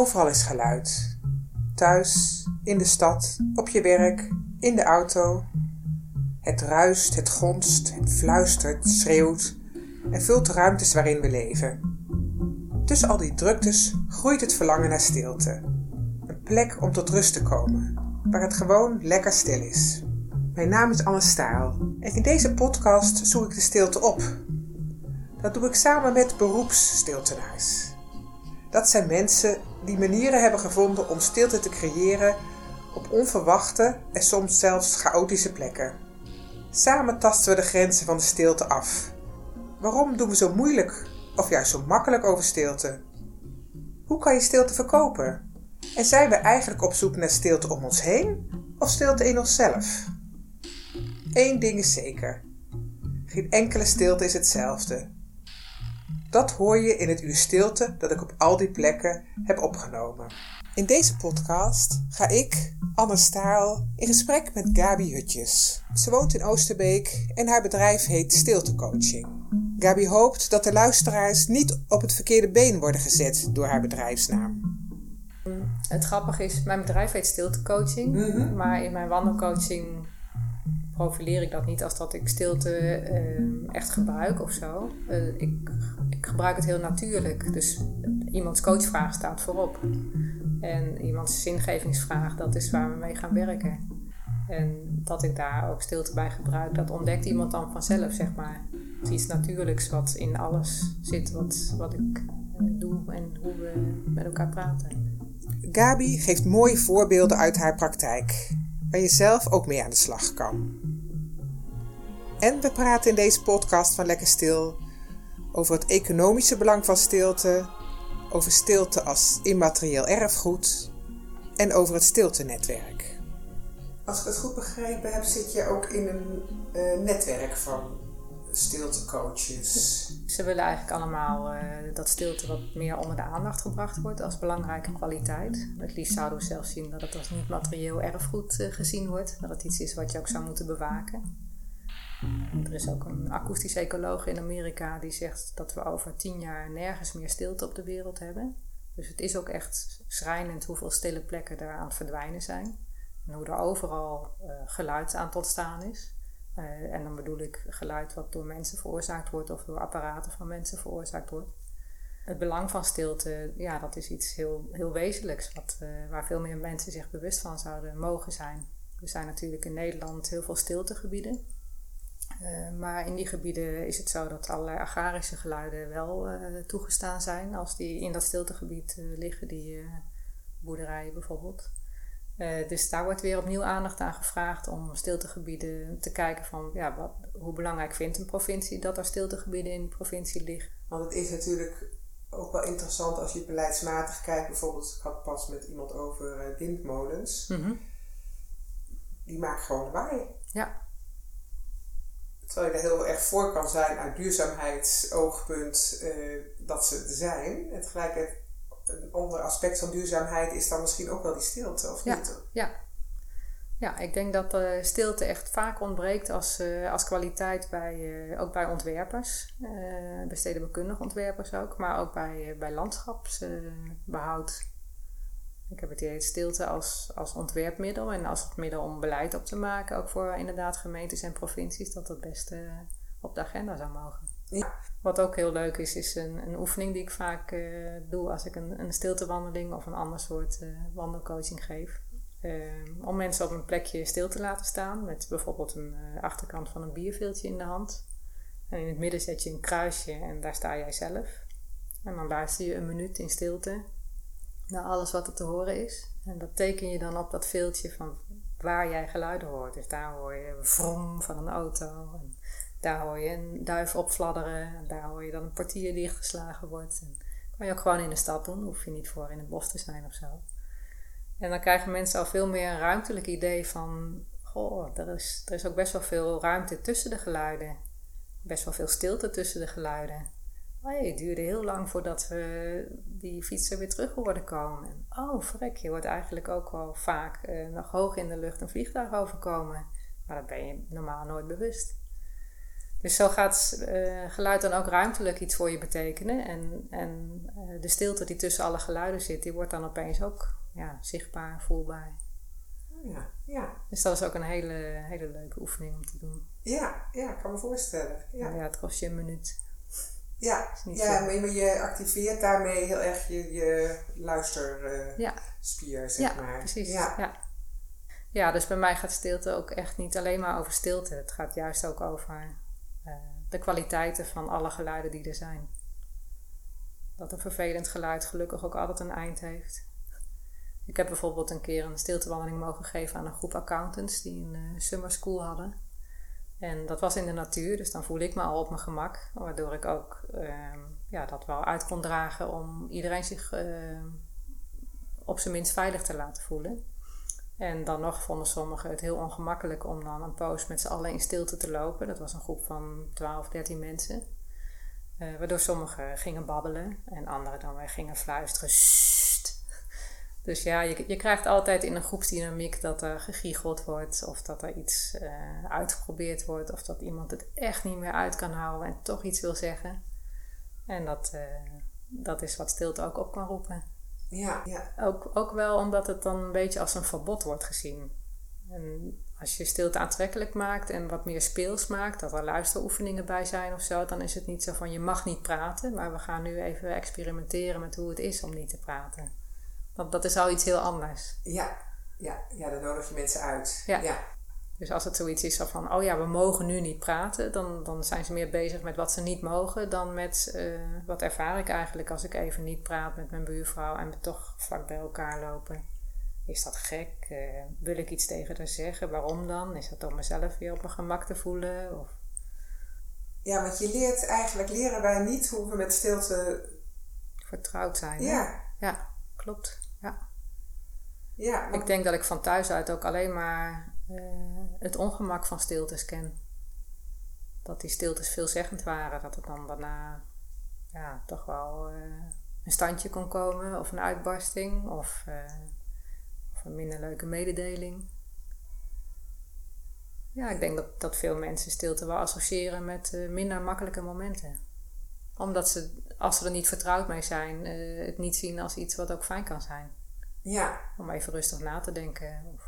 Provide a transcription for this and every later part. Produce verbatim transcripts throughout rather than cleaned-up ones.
Overal is geluid. Thuis, in de stad, op je werk, in de auto. Het ruist, het gonst, het fluistert, schreeuwt en vult de ruimtes waarin we leven. Tussen al die druktes groeit het verlangen naar stilte. Een plek om tot rust te komen, waar het gewoon lekker stil is. Mijn naam is Anne Staal en in deze podcast zoek ik de stilte op. Dat doe ik samen met beroepsstiltenaars. Dat zijn mensen die manieren hebben gevonden om stilte te creëren op onverwachte en soms zelfs chaotische plekken. Samen tasten we de grenzen van de stilte af. Waarom doen we zo moeilijk of juist zo makkelijk over stilte? Hoe kan je stilte verkopen? En zijn we eigenlijk op zoek naar stilte om ons heen of stilte in onszelf? Eén ding is zeker. Geen enkele stilte is hetzelfde. Dat hoor je in het uur stilte dat ik op al die plekken heb opgenomen. In deze podcast ga ik, Anne Staal, in gesprek met Gabi Hutjes. Ze woont in Oosterbeek en haar bedrijf heet Stiltecoaching. Gabi hoopt dat de luisteraars niet op het verkeerde been worden gezet door haar bedrijfsnaam. Het grappige is, mijn bedrijf heet Stiltecoaching, mm-hmm. maar in mijn wandelcoaching profileer ik dat niet als dat ik stilte uh, echt gebruik of zo. Uh, ik, ik gebruik het heel natuurlijk. Dus iemands coachvraag staat voorop. En iemands zingevingsvraag, dat is waar we mee gaan werken. En dat ik daar ook stilte bij gebruik, dat ontdekt iemand dan vanzelf, zeg maar. Het is iets natuurlijks wat in alles zit, wat, wat ik uh, doe en hoe we met elkaar praten. Gabi geeft mooie voorbeelden uit haar praktijk, waar je zelf ook mee aan de slag kan. En we praten in deze podcast van Lekker Stil over het economische belang van stilte, over stilte als immaterieel erfgoed en over het stiltenetwerk. Als ik het goed begrepen heb, zit je ook in een uh, netwerk van stiltecoaches. Ze willen eigenlijk allemaal uh, dat stilte wat meer onder de aandacht gebracht wordt als belangrijke kwaliteit. Het liefst zouden we zelfs zien dat het als niet materieel erfgoed uh, gezien wordt. Dat het iets is wat je ook zou moeten bewaken. Er is ook een akoestisch ecoloog in Amerika die zegt dat we over tien jaar nergens meer stilte op de wereld hebben. Dus het is ook echt schrijnend hoeveel stille plekken er aan het verdwijnen zijn. En hoe er overal uh, geluid aan het ontstaan is. Uh, en dan bedoel ik geluid wat door mensen veroorzaakt wordt of door apparaten van mensen veroorzaakt wordt. Het belang van stilte, ja, dat is iets heel, heel wezenlijks wat, uh, waar veel meer mensen zich bewust van zouden mogen zijn. Er zijn natuurlijk in Nederland heel veel stiltegebieden. Uh, maar in die gebieden is het zo dat allerlei agrarische geluiden wel uh, toegestaan zijn als die in dat stiltegebied uh, liggen, die uh, boerderijen bijvoorbeeld. Uh, dus daar wordt weer opnieuw aandacht aan gevraagd om stiltegebieden te kijken van ja, wat, hoe belangrijk vindt een provincie dat er stiltegebieden in de provincie liggen. Want het is natuurlijk ook wel interessant als je beleidsmatig kijkt. Bijvoorbeeld, ik had pas met iemand over uh, windmolens. Mm-hmm. Die maken gewoon lawaai. Ja. Terwijl je er heel erg voor kan zijn uit duurzaamheidsoogpunt uh, dat ze er zijn. En tegelijkertijd een ander aspect van duurzaamheid is dan misschien ook wel die stilte, of ja, niet? Ja. ja, ik denk dat uh, stilte echt vaak ontbreekt als, uh, als kwaliteit bij, uh, ook bij ontwerpers. Uh, bij stedenbouwkundige ontwerpers ook, maar ook bij, uh, bij landschapsbehoud. Uh, ik heb het idee stilte als, als ontwerpmiddel en als het middel om beleid op te maken, ook voor inderdaad gemeentes en provincies, dat dat best uh, op de agenda zou mogen. Ja. Wat ook heel leuk is, is een, een oefening die ik vaak uh, doe als ik een, een stiltewandeling of een ander soort uh, wandelcoaching geef. Uh, om mensen op een plekje stil te laten staan met bijvoorbeeld een uh, achterkant van een bierveeltje in de hand. En in het midden zet je een kruisje en daar sta jij zelf. En dan luister je een minuut in stilte naar alles wat er te horen is. En dat teken je dan op dat veeltje van waar jij geluiden hoort. Dus daar hoor je een vrom van een auto. En daar hoor je een duif opfladderen. En daar hoor je dan een portier die geslagen wordt. En dat kan je ook gewoon in de stad doen. Hoef je niet voor in het bos te zijn of zo. En dan krijgen mensen al veel meer een ruimtelijk idee van goh, er is, er is ook best wel veel ruimte tussen de geluiden. Best wel veel stilte tussen de geluiden. Oh, het duurde heel lang voordat we die fietser weer terug hoorden komen. En, oh, vrek, je hoort eigenlijk ook wel vaak uh, nog hoog in de lucht een vliegtuig overkomen. Maar dat ben je normaal nooit bewust. Dus zo gaat uh, geluid dan ook ruimtelijk iets voor je betekenen. En, en uh, de stilte die tussen alle geluiden zit, die wordt dan opeens ook ja, zichtbaar, voelbaar. Ja, ja. Dus dat is ook een hele, hele leuke oefening om te doen. Ja, ja, ik kan me voorstellen. Ja, ja het kost je een minuut. Ja, ja maar je activeert daarmee heel erg je, je luisterspier, uh, ja. zeg ja, maar. Precies. Ja, ja. Ja, dus bij mij gaat stilte ook echt niet alleen maar over stilte. Het gaat juist ook over uh, de kwaliteiten van alle geluiden die er zijn. Dat een vervelend geluid gelukkig ook altijd een eind heeft. Ik heb bijvoorbeeld een keer een stiltewandeling mogen geven aan een groep accountants die een uh, summer school hadden. En dat was in de natuur, dus dan voel ik me al op mijn gemak. Waardoor ik ook uh, ja, dat wel uit kon dragen om iedereen zich uh, op zijn minst veilig te laten voelen. En dan nog vonden sommigen het heel ongemakkelijk om dan een poos met z'n allen in stilte te lopen. Dat was een groep van twaalf, dertien mensen. Uh, waardoor sommigen gingen babbelen en anderen dan weer gingen fluisteren. Sst. Dus ja, je, je krijgt altijd in een groepsdynamiek dat er gegiecheld wordt. Of dat er iets uh, uitgeprobeerd wordt. Of dat iemand het echt niet meer uit kan houden en toch iets wil zeggen. En dat, uh, dat is wat stilte ook op kan roepen. Ja, ja. Ook, ook wel omdat het dan een beetje als een verbod wordt gezien. En als je stilte aantrekkelijk maakt en wat meer speels maakt, dat er luisteroefeningen bij zijn of zo, dan is het niet zo van je mag niet praten, maar we gaan nu even experimenteren met hoe het is om niet te praten. Want dat is al iets heel anders. Ja, ja, ja, dan nodig je mensen uit. Ja. ja. Dus als het zoiets is van, oh ja, we mogen nu niet praten, dan, dan zijn ze meer bezig met wat ze niet mogen dan met uh, wat ervaar ik eigenlijk als ik even niet praat met mijn buurvrouw en we toch vlak bij elkaar lopen. Is dat gek? Uh, wil ik iets tegen haar zeggen? Waarom dan? Is dat om mezelf weer op mijn gemak te voelen? Of... Ja, want je leert eigenlijk, leren wij niet hoe we met stilte vertrouwd zijn. Ja. Hè? Ja, klopt. Ja. Ja, want... Ik denk dat ik van thuis uit ook alleen maar uh, het ongemak van stiltes ken. Dat die stiltes veelzeggend waren. Dat het dan daarna ja, toch wel uh, een standje kon komen. Of een uitbarsting. Of, uh, of een minder leuke mededeling. Ja, ik denk dat, dat veel mensen stilte wel associëren met uh, minder makkelijke momenten. Omdat ze, als ze er niet vertrouwd mee zijn, uh, het niet zien als iets wat ook fijn kan zijn. Ja. Om even rustig na te denken. Of...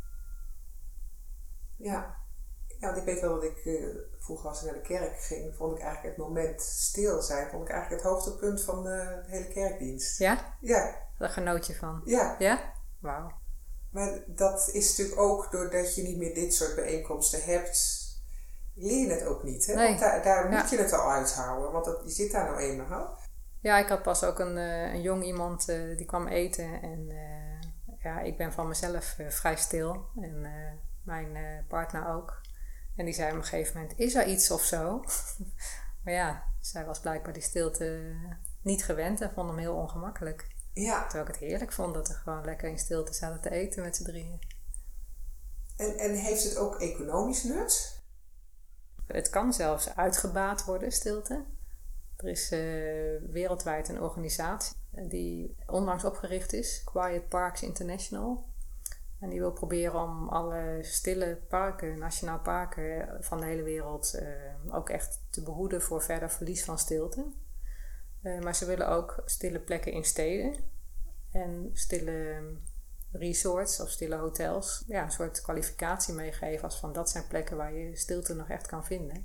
Ja. Ja, want ik weet wel dat ik uh, vroeger als ik naar de kerk ging, vond ik eigenlijk het moment stil zijn, vond ik eigenlijk het hoogtepunt van de hele kerkdienst. Ja? Ja. Daar genoot je van? Ja. Ja? Wauw. Maar dat is natuurlijk ook doordat je niet meer dit soort bijeenkomsten hebt, leer je het ook niet. Hè? Nee. Want daar, daar ja. moet je het al uithouden, want dat, je zit daar nou eenmaal. Ja, ik had pas ook een, uh, een jong iemand uh, die kwam eten en uh, ja, ik ben van mezelf uh, vrij stil en uh, mijn uh, partner ook. En die zei op een gegeven moment, is er iets of zo? Maar ja, zij was blijkbaar die stilte niet gewend en vond hem heel ongemakkelijk. Ja. Terwijl ik het heerlijk vond dat we gewoon lekker in stilte zaten te eten met z'n drieën. En, en heeft het ook economisch nut? Het kan zelfs uitgebaat worden, stilte. Er is uh, wereldwijd een organisatie die onlangs opgericht is, Quiet Parks International. En die wil proberen om alle stille parken, nationaal parken van de hele wereld uh, ook echt te behoeden voor verder verlies van stilte. Uh, maar ze willen ook stille plekken in steden en stille resorts of stille hotels. Ja, een soort kwalificatie meegeven als van dat zijn plekken waar je stilte nog echt kan vinden.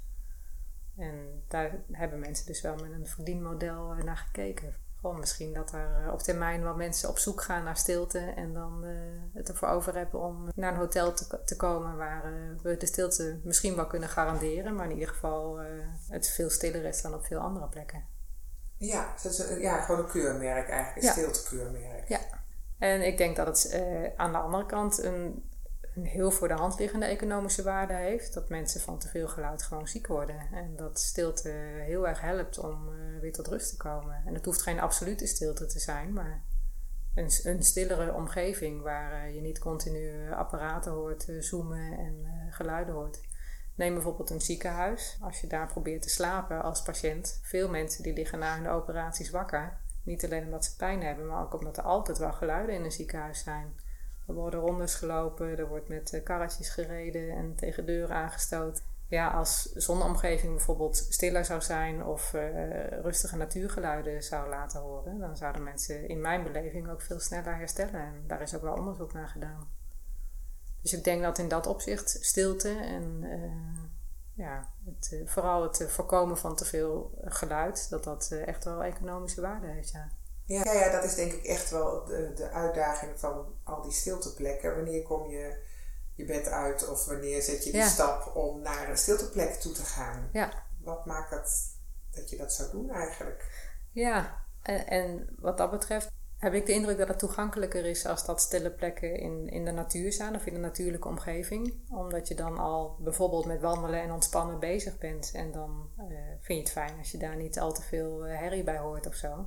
En daar hebben mensen dus wel met een verdienmodel naar gekeken. Gewoon misschien dat er op termijn wel mensen op zoek gaan naar stilte en dan uh, het ervoor over hebben om naar een hotel te, te komen waar uh, we de stilte misschien wel kunnen garanderen, maar in ieder geval uh, het veel stiller is dan op veel andere plekken. Ja, het is een, ja gewoon een keurmerk eigenlijk, een ja. stiltekeurmerk. Ja, en ik denk dat het uh, aan de andere kant een, een heel voor de hand liggende economische waarde heeft. Dat mensen van te veel geluid gewoon ziek worden. En dat stilte heel erg helpt om uh, weer tot rust te komen. En het hoeft geen absolute stilte te zijn, maar een, een stillere omgeving waar uh, je niet continu apparaten hoort uh, zoomen en uh, geluiden hoort. Neem bijvoorbeeld een ziekenhuis. Als je daar probeert te slapen als patiënt. Veel mensen die liggen na hun operaties wakker. Niet alleen omdat ze pijn hebben, maar ook omdat er altijd wel geluiden in een ziekenhuis zijn. Er worden rondes gelopen, er wordt met karretjes gereden en tegen deuren aangestoten. ja, als zonneomgeving bijvoorbeeld stiller zou zijn of uh, rustige natuurgeluiden zou laten horen, dan zouden mensen in mijn beleving ook veel sneller herstellen. En daar is ook wel onderzoek naar gedaan. Dus ik denk dat in dat opzicht stilte en uh, ja, het, uh, vooral het uh, voorkomen van te veel geluid, dat dat uh, echt wel economische waarde heeft, ja. Ja, ja, ja, dat is denk ik echt wel de, de uitdaging van al die stilteplekken. Wanneer kom je je bed uit of wanneer zet je die ja. stap om naar een stilteplek toe te gaan? Ja. Wat maakt dat dat je dat zou doen eigenlijk? Ja, en, en wat dat betreft heb ik de indruk dat het toegankelijker is als dat stille plekken in, in de natuur zijn of in een natuurlijke omgeving. Omdat je dan al bijvoorbeeld met wandelen en ontspannen bezig bent. En dan uh, vind je het fijn als je daar niet al te veel uh, herrie bij hoort of zo.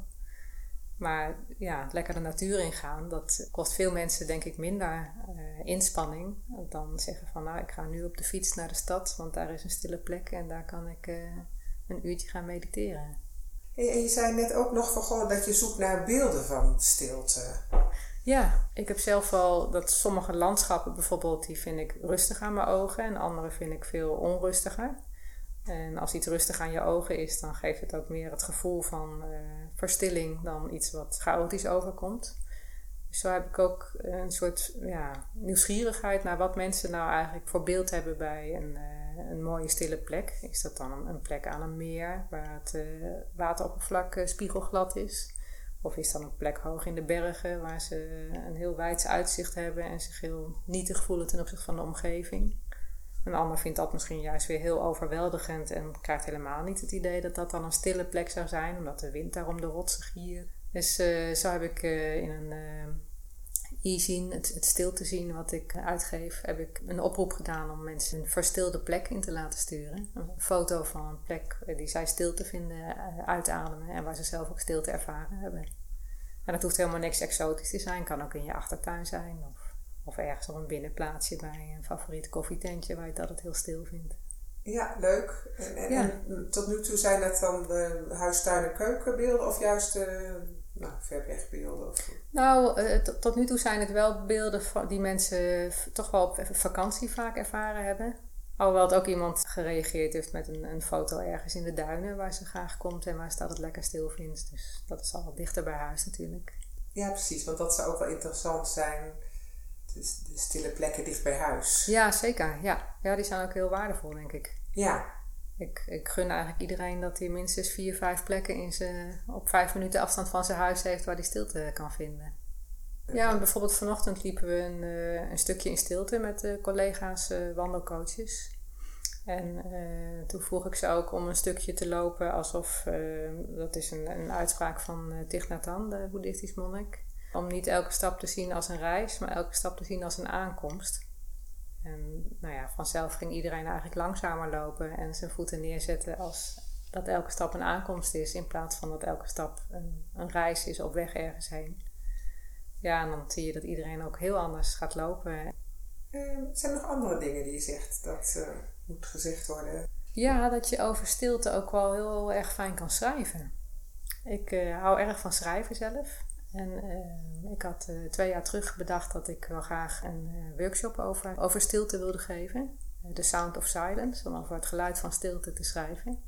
Maar ja, lekker de natuur ingaan, dat kost veel mensen denk ik minder uh, inspanning dan zeggen van nou ik ga nu op de fiets naar de stad, want daar is een stille plek en daar kan ik uh, een uurtje gaan mediteren. En je zei net ook nog van goh, dat je zoekt naar beelden van stilte. Ja, ik heb zelf wel dat sommige landschappen bijvoorbeeld, die vind ik rustig aan mijn ogen en andere vind ik veel onrustiger. En als iets rustig aan je ogen is, dan geeft het ook meer het gevoel van uh, verstilling dan iets wat chaotisch overkomt. Dus zo heb ik ook een soort ja, nieuwsgierigheid naar wat mensen nou eigenlijk voor beeld hebben bij een, uh, een mooie stille plek. Is dat dan een, een plek aan een meer waar het uh, wateroppervlak uh, spiegelglad is? Of is dat een plek hoog in de bergen waar ze een heel wijds uitzicht hebben en zich heel nietig voelen ten opzichte van de omgeving? Een ander vindt dat misschien juist weer heel overweldigend en krijgt helemaal niet het idee dat dat dan een stille plek zou zijn, omdat de wind daar om de rotsen giert. Dus uh, zo heb ik uh, in een uh, e-zien, het, het stilte zien wat ik uitgeef, heb ik een oproep gedaan om mensen een verstilde plek in te laten sturen. Een foto van een plek die zij stilte vinden, uh, uitademen en waar ze zelf ook stilte ervaren hebben. En dat hoeft helemaal niks exotisch te zijn, kan ook in je achtertuin zijn of Of ergens op een binnenplaatsje bij een favoriet koffietentje waar je het altijd heel stil vindt. Ja, leuk. En, en, ja. en tot nu toe zijn dat dan de huis, tuin en keukenbeelden of juist uh, nou, ver weg beelden? Of... Nou, uh, t- tot nu toe zijn het wel beelden van, die mensen f- toch wel op vakantie vaak ervaren hebben. Alhoewel het ook iemand gereageerd heeft met een, een foto ergens in de duinen waar ze graag komt en waar ze het altijd lekker stil vindt. Dus dat is al wat dichter bij huis natuurlijk. Ja, precies. Want dat zou ook wel interessant zijn. De, de stille plekken dicht bij huis. Ja, zeker. Ja. ja, die zijn ook heel waardevol, denk ik. Ja. Ik, ik gun eigenlijk iedereen dat hij minstens vier, vijf plekken in zijn, op vijf minuten afstand van zijn huis heeft waar hij stilte kan vinden. Ja, want bijvoorbeeld vanochtend liepen we een, uh, een stukje in stilte met uh, collega's uh, wandelcoaches. En uh, toen vroeg ik ze ook om een stukje te lopen alsof, uh, dat is een, een uitspraak van uh, Thich Nhat Hanh, de boeddhistisch monnik. Om niet elke stap te zien als een reis, maar elke stap te zien als een aankomst. En nou ja, vanzelf ging iedereen eigenlijk langzamer lopen en zijn voeten neerzetten als dat elke stap een aankomst is, in plaats van dat elke stap een, een reis is op weg ergens heen. Ja, en dan zie je dat iedereen ook heel anders gaat lopen. Uh, zijn er nog andere dingen die je zegt dat uh, moet gezegd worden? Ja, dat je over stilte ook wel heel erg fijn kan schrijven. Ik uh, hou erg van schrijven zelf. En uh, ik had uh, twee jaar terug bedacht dat ik wel graag een uh, workshop over, over stilte wilde geven. Uh, The Sound of Silence, om over het geluid van stilte te schrijven.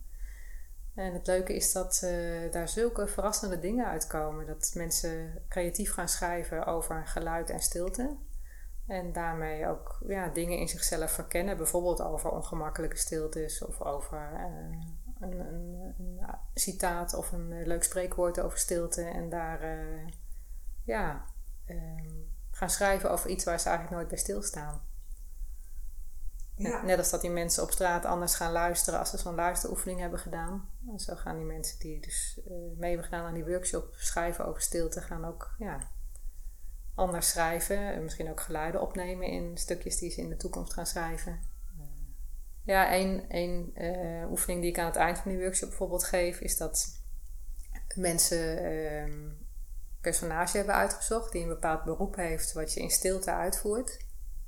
En het leuke is dat uh, daar zulke verrassende dingen uitkomen. Dat mensen creatief gaan schrijven over geluid en stilte. En daarmee ook ja, dingen in zichzelf verkennen. Bijvoorbeeld over ongemakkelijke stiltes of over uh, een, een, een citaat of een leuk spreekwoord over stilte. En daar uh, ja, uh, gaan schrijven over iets waar ze eigenlijk nooit bij stilstaan. Ja. Net als dat die mensen op straat anders gaan luisteren als ze zo'n luisteroefening hebben gedaan. En zo gaan die mensen die dus uh, mee hebben gedaan aan die workshop schrijven over stilte, gaan ook ja, anders schrijven. Misschien ook geluiden opnemen in stukjes die ze in de toekomst gaan schrijven. Uh, ja, één, één uh, oefening die ik aan het eind van die workshop bijvoorbeeld geef, is dat mensen uh, een personage hebben uitgezocht die een bepaald beroep heeft wat je in stilte uitvoert.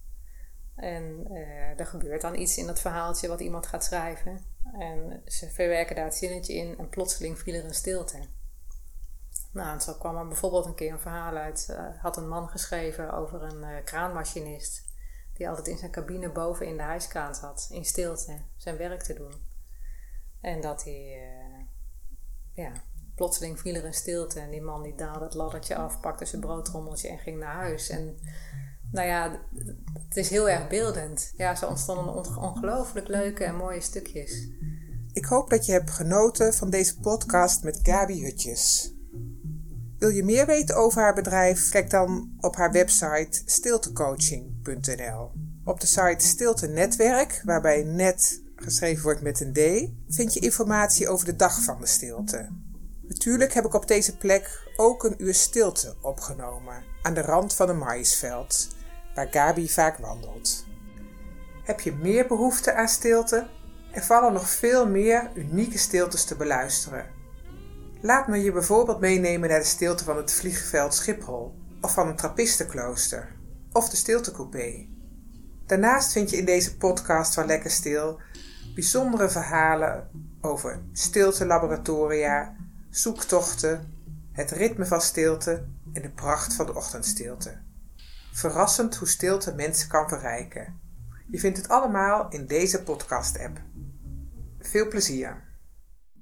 En uh, er gebeurt dan iets in dat verhaaltje wat iemand gaat schrijven. En ze verwerken daar het zinnetje in en plotseling viel er een stilte. Nou, en zo kwam er bijvoorbeeld een keer een verhaal uit. Uh, had een man geschreven over een uh, kraanmachinist Die altijd in zijn cabine boven in de hijskraan zat. In stilte. Zijn werk te doen. En dat hij... Uh, ja, plotseling viel er een stilte. En die man die daalde het laddertje af. Pakte zijn broodrommeltje en ging naar huis. En nou ja, het is heel erg beeldend. Ja, zo ontstonden on- ongelooflijk leuke en mooie stukjes. Ik hoop dat je hebt genoten van deze podcast met Gabi Hutjes. Wil je meer weten over haar bedrijf? Kijk dan op haar website stiltecoaching punt n l. Op de site Stilte Netwerk, waarbij net geschreven wordt met een D, vind je informatie over de dag van de stilte. Natuurlijk heb ik op deze plek ook een uur stilte opgenomen, aan de rand van een maïsveld, waar Gabi vaak wandelt. Heb je meer behoefte aan stilte? Er vallen nog veel meer unieke stiltes te beluisteren. Laat me je bijvoorbeeld meenemen naar de stilte van het vliegveld Schiphol, of van een trappistenklooster, of de stiltecoupé. Daarnaast vind je in deze podcast van Lekker Stil bijzondere verhalen over stiltelaboratoria, zoektochten, het ritme van stilte en de pracht van de ochtendstilte. Verrassend hoe stilte mensen kan verrijken. Je vindt het allemaal in deze podcast-app. Veel plezier!